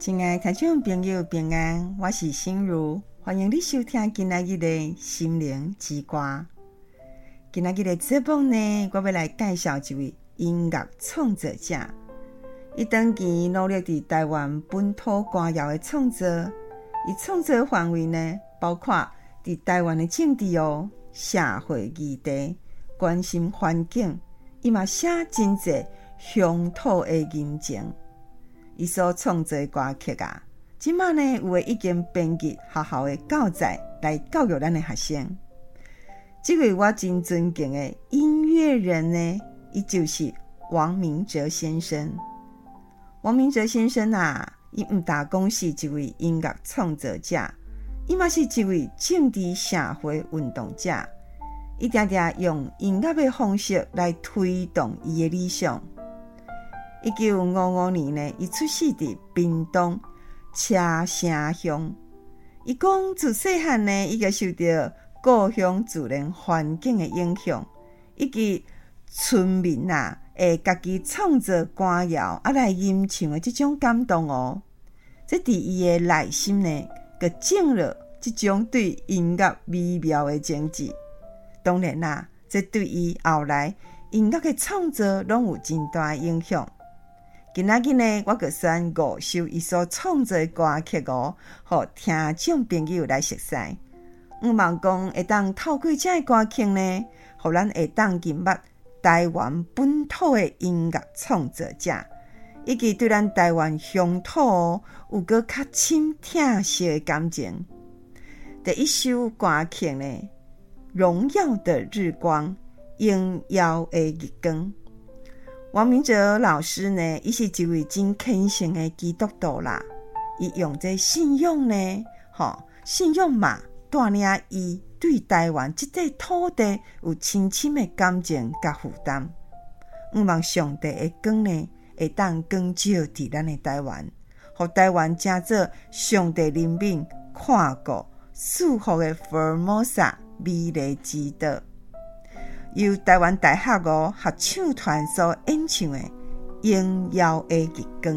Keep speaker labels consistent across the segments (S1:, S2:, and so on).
S1: 亲爱的听众朋友平安，我是心如，欢迎你收听今仔日的心灵之歌。今仔日的节目呢，我要来介绍一位音乐创作者。伊长期努力伫台湾本土歌谣的创作，伊创作范围呢，包括伫台湾的政治社会议题、关心环境，伊嘛写真侪乡土的人情。伊所创作的歌曲即摆呢有的已经编入学校的教材来教育咱的学生。这位我真尊敬的音乐人呢，伊就是王明哲先生。王明哲先生伊毋但讲是一位音乐创作者，伊嘛是一位政治社会运动者。伊常常用音乐的方式来推动伊的理想。1955年呢，伊出世伫屏东车城乡。伊讲自细汉呢，伊就受到故乡自然环境的影响，以及村民会家己创作歌谣来吟唱的这种感动这伫伊的内心呢，就种了这种对音乐美妙的情志。当然这对伊后来音乐的创作拢有真大的影响。今仔日呢，我就选5首伊所创作的歌曲互听众朋友来熟悉。望讲会当透过这个歌曲呢，互咱会当认捌台湾本土的音乐创作者，以及对咱台湾乡土有个较深疼惜的感情。第一首歌曲呢，《荣耀的日光，荣耀的日光》。王明哲老师呢，伊是一位真虔诚的基督徒啦。伊用这信仰呢，信仰嘛，带领伊对台湾这块土地有深深的感情甲负担。望上帝的光呢，会当光照伫咱的台湾，互台湾成做上帝人民看顾、祝福的福尔摩沙美丽之岛。由台湾大学合唱团所演唱的《荣耀的日光》。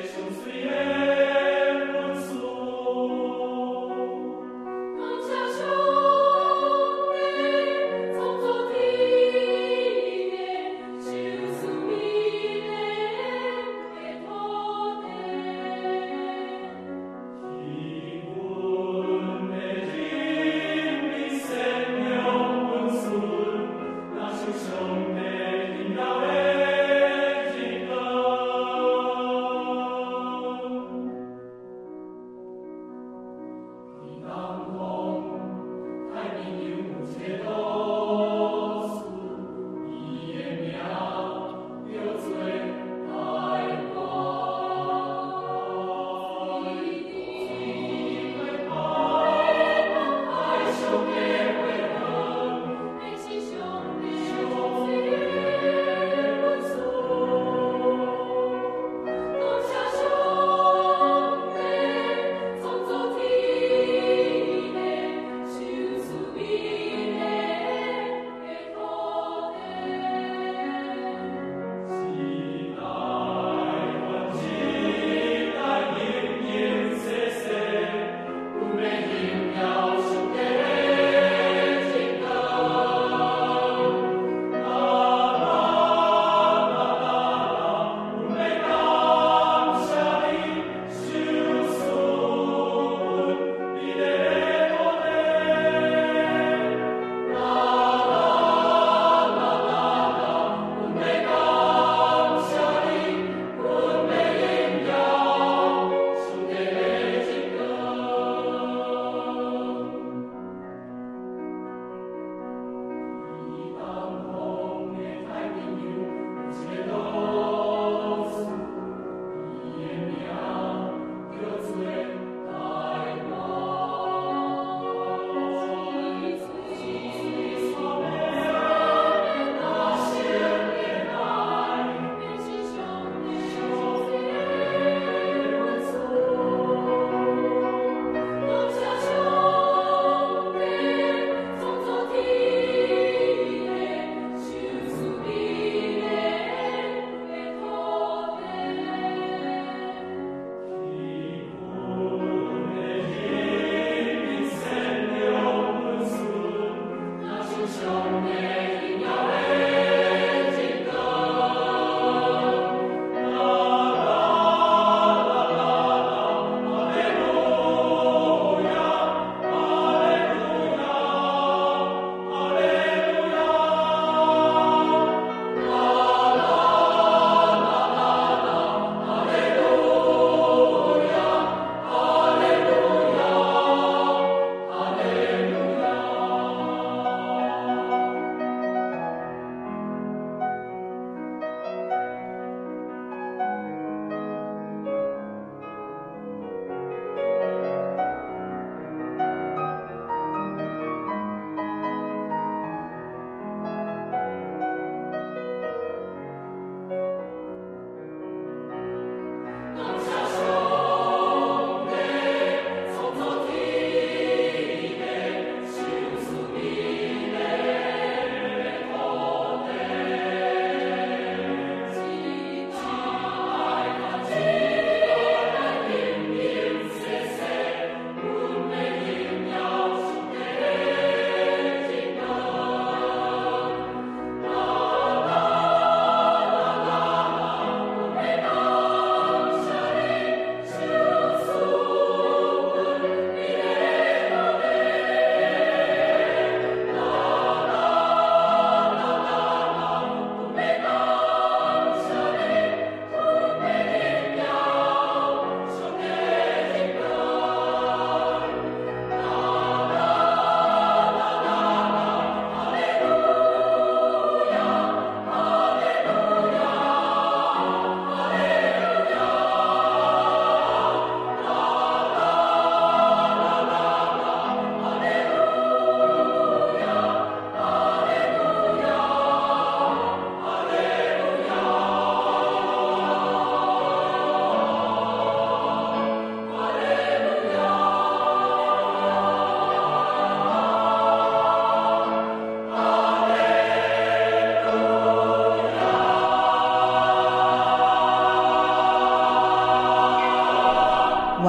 S2: 小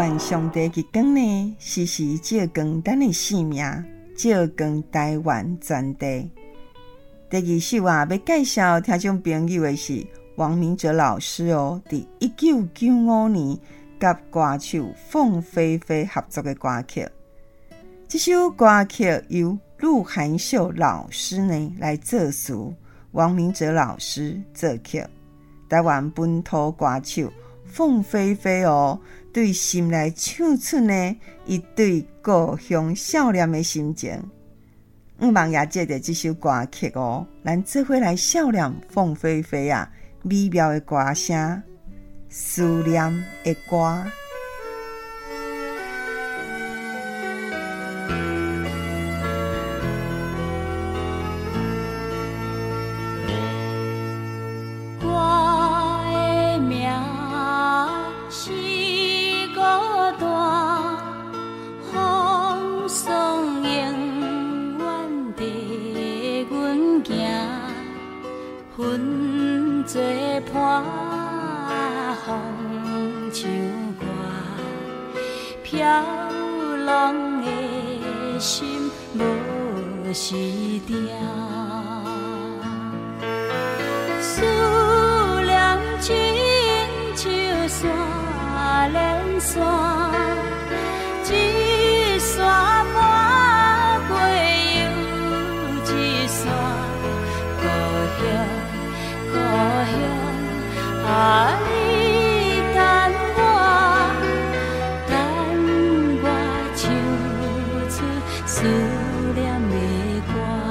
S1: 愿上帝嘅光呢，时时照光咱的性命，照光台湾全地。第二首要介绍听众朋友的是王明哲老师伫1995年甲歌手凤飞飞合作的歌曲。这首歌曲由陆含秀老师呢来作词，王明哲老师作曲。台湾本土歌手凤飞飞对心内唱出呢伊对故乡少年的心情。望也借着这首歌曲咱做伙来少年凤飞飞美妙的歌声，思念的歌。
S2: 飘浪的心无时定，思念亲像山连山，一山跨过又一山，故乡故乡你等我，等我唱出思念的歌。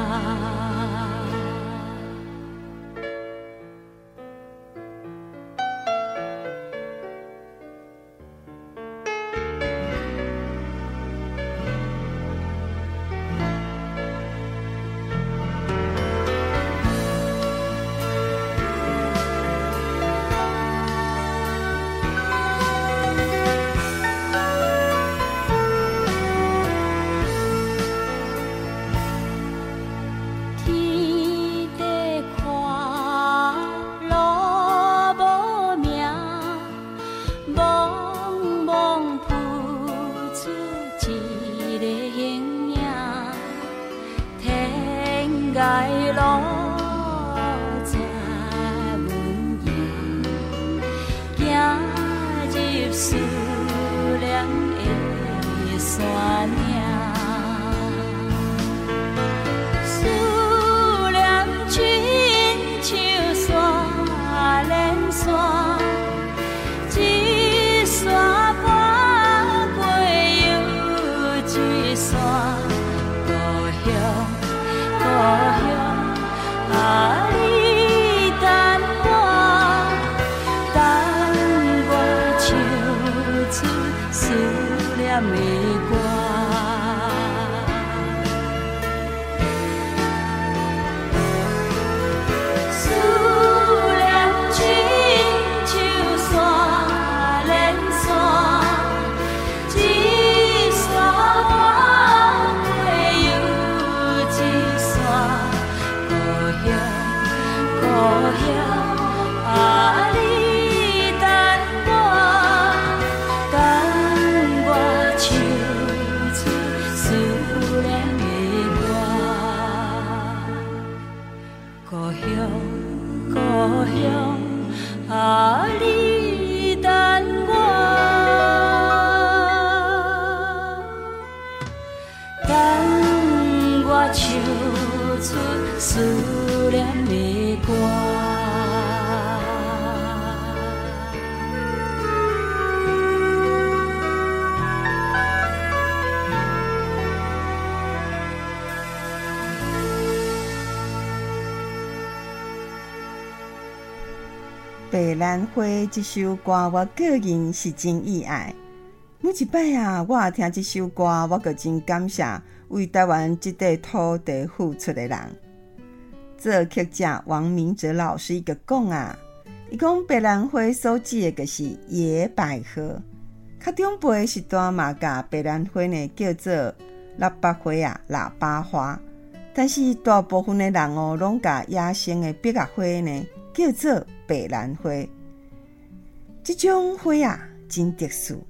S1: 白兰花这首歌，我个人是真意爱。每一摆我听这首歌，我就真感谢为台湾这块土地付出的人。作曲者王明哲老师伊个讲伊讲白兰花所指的就是野百合，较中辈时段嘛，甲白兰花呢叫做喇叭花喇叭花，但是大部分的人拢甲野生的百合花呢叫做白兰花。这种花真特殊，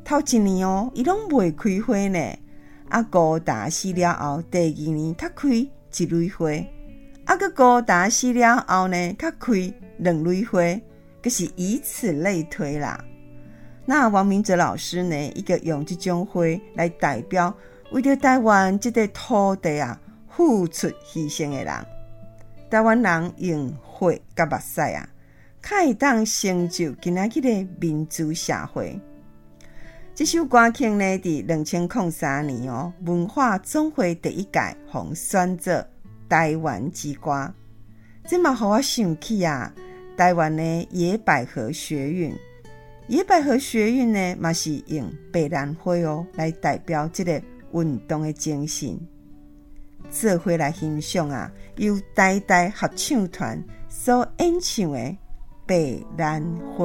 S1: 头一年伊拢未开花呢，高达死了后，第二年才开一蕊花，搁高达死了后呢，才开2蕊花，就是以此类推啦。那王明哲老师呢，伊个用这种花来代表为着台湾这个土地付出牺牲的人。台湾人用血甲目屎较会当成就今仔日的民主社会。这首歌曲呢，伫2003年文化总会第1届互选做台湾之歌。这嘛互我想起台湾的野百合学运。野百合学运呢，嘛是用白兰花来代表这个运动的精神。做伙来欣赏由台大合唱团所演唱的白兰花。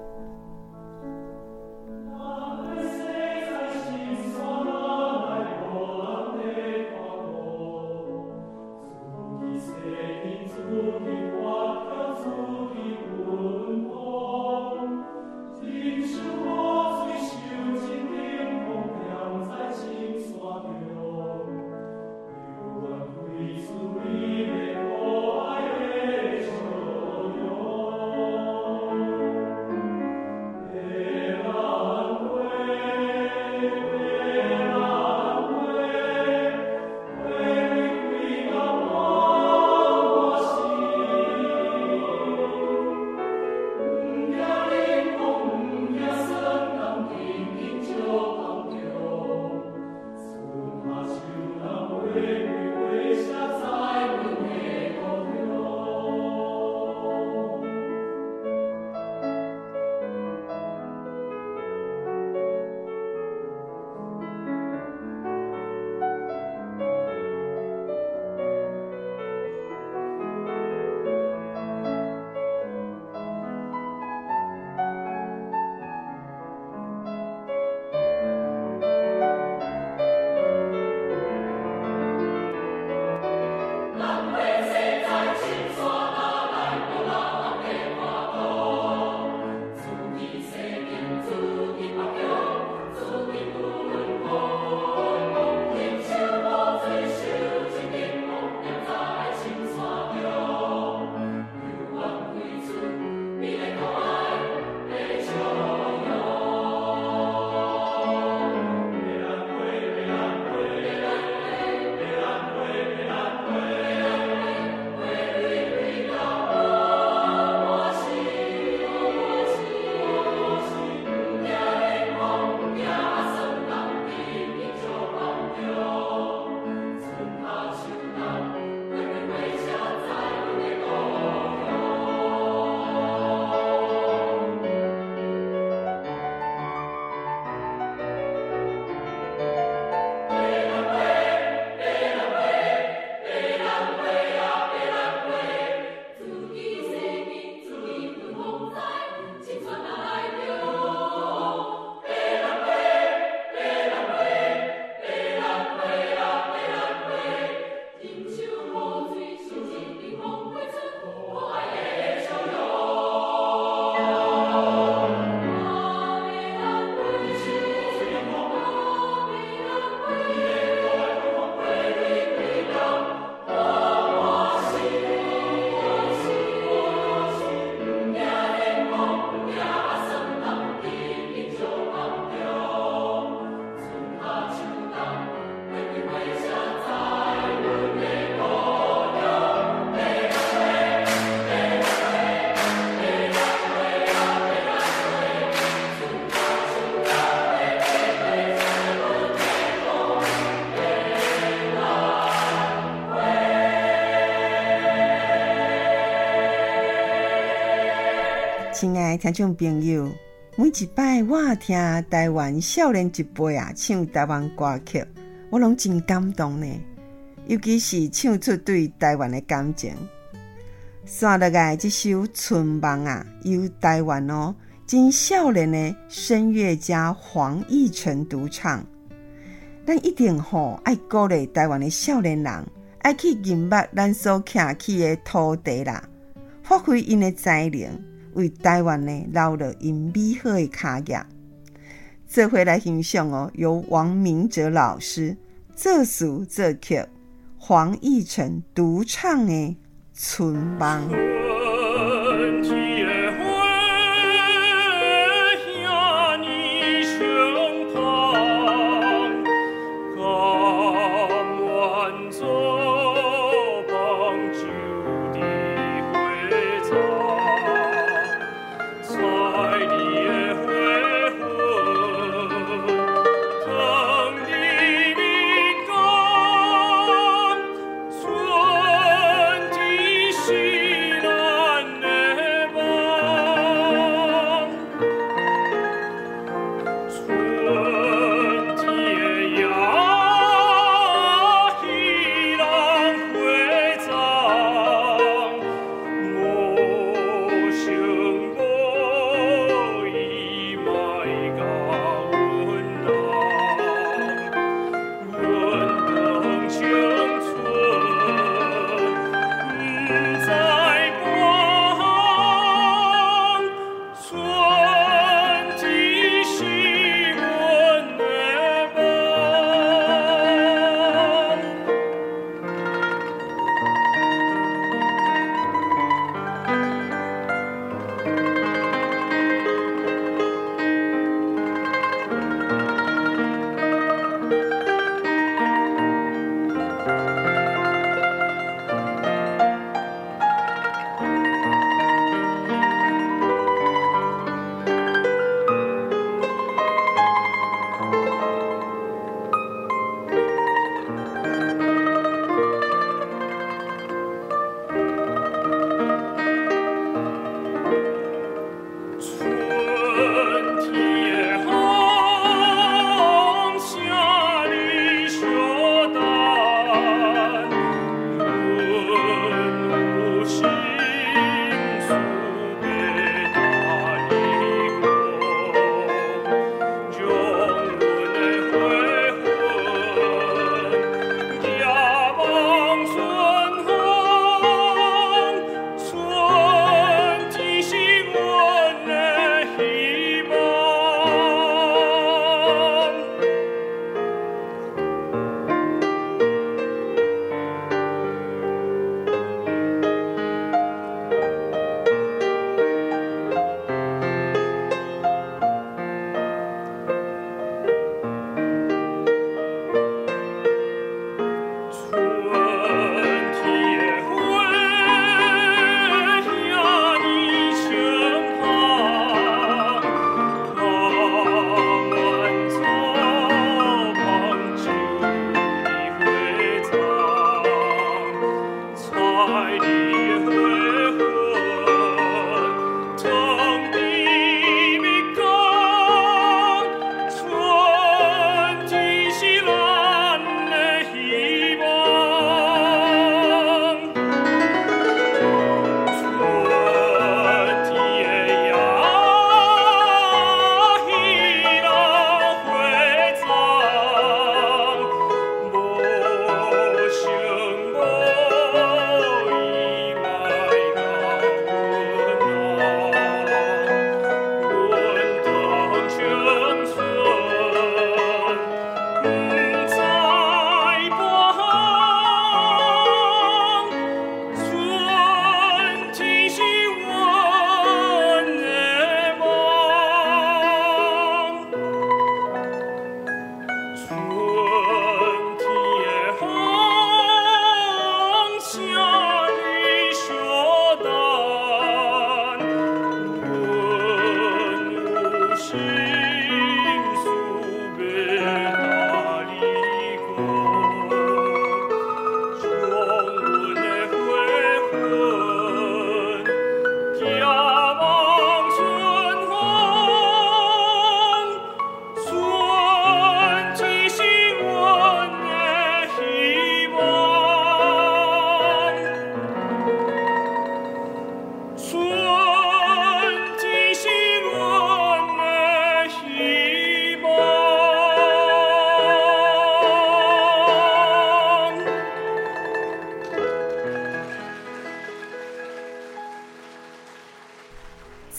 S1: 亲爱的听众朋友，每一摆我听台湾少年一辈唱台湾歌曲，我拢真感动呢。尤其是唱出对台湾的感情。刷落来这首《春梦》由台湾真少年的声乐家黄义成独唱。咱一定爱鼓励台湾的少年人，爱去认捌咱所徛起的土地啦，发挥因的才能。为台湾呢留了因美好的脚业。 这回来欣赏哦，由王明哲老师作词作曲，黄义成独唱的《春梦》。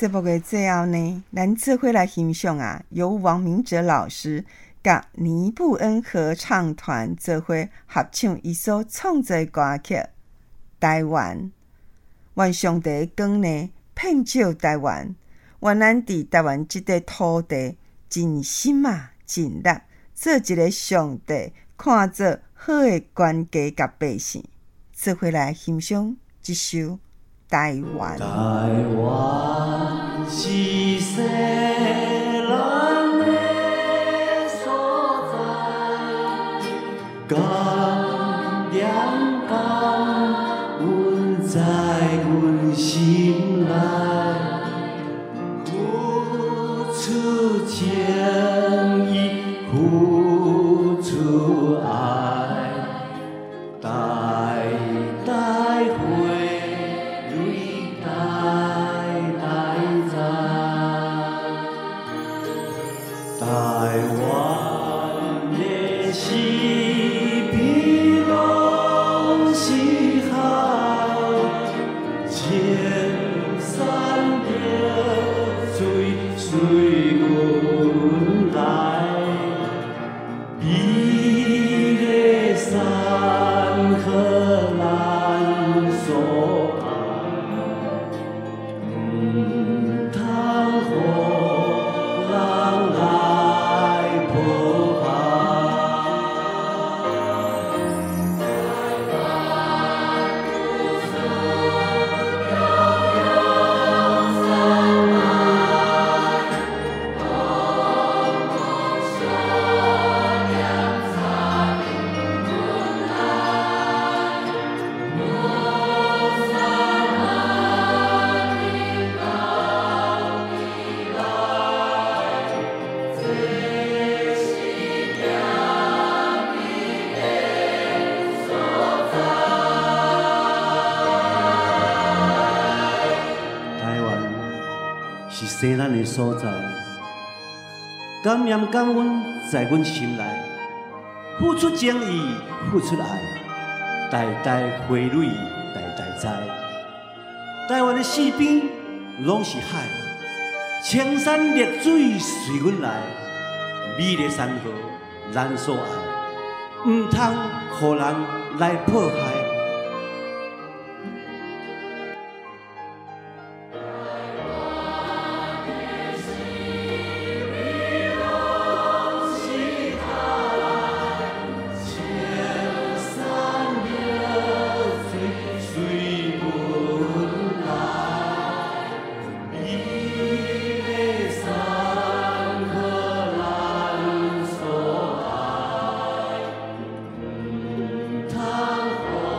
S1: 节目的最后呢，咱做伙来欣赏由王明哲老师甲尼布恩合唱团做伙合唱伊所创作的歌曲《台湾》。愿上帝的光呢，遍照台湾，愿咱伫台湾这块土地尽心尽力，做一个上帝看做好的管家甲百姓。做伙来欣赏这首《台湾》。
S3: 台湾是西咱的所在，甘念甘，阮在阮心内，付出情意，付出爱，代代回。台湾的四边拢是海，千山流水随阮来，美丽山河咱所爱，不通予人来破坏。是西咱的所在，感念感恩在阮心内，付出情义，付出爱，代代花蕊，代代栽。台湾的四边拢是海，青山绿水随阮来，美丽山河咱所爱，唔通予人来迫害。汤火。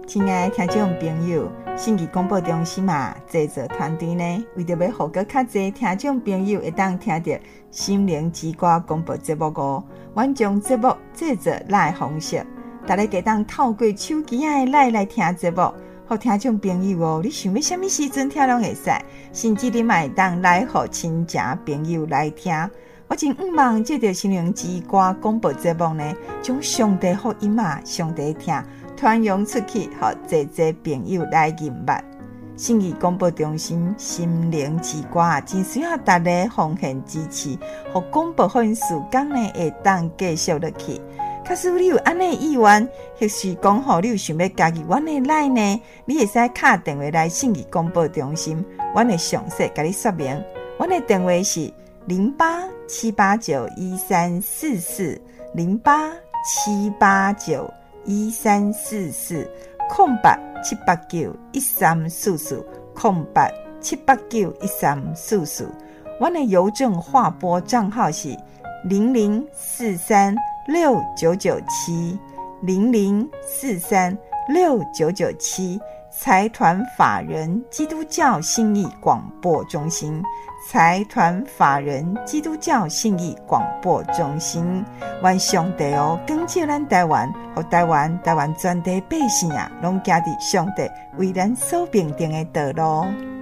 S1: 亲爱的听众朋友，信义广播中心制作团队呢，为着要互个较侪听众朋友会当听到心灵之歌广播节目阮将节目制作来方式，大家可当透过手机的来听节目。互听众朋友你想要什么时阵听拢会使，甚至你会当来互亲戚朋友来听。我真希望借着心灵之歌广播节目呢，将上帝福音上帝听传扬出去，互侪朋友来认捌。信义广播中心心灵之歌真需要大家奉献支持，互广播福音事工呢会当继续落去。假使你有安尼意愿，或是讲好你有想要加入阮的来呢，你会使打电话来信义广播中心，阮会详细甲你说明。阮的电话是08-789-1344 08-789-1344 08-789-1344 08-789-1344。阮的邮政划拨账号是00436997 00436997，财团法人基督教信义广播中心，财团法人基督教信义广播中心。愿上帝光照咱台湾，和台湾全体百姓拢行伫上帝为咱所命定的道路。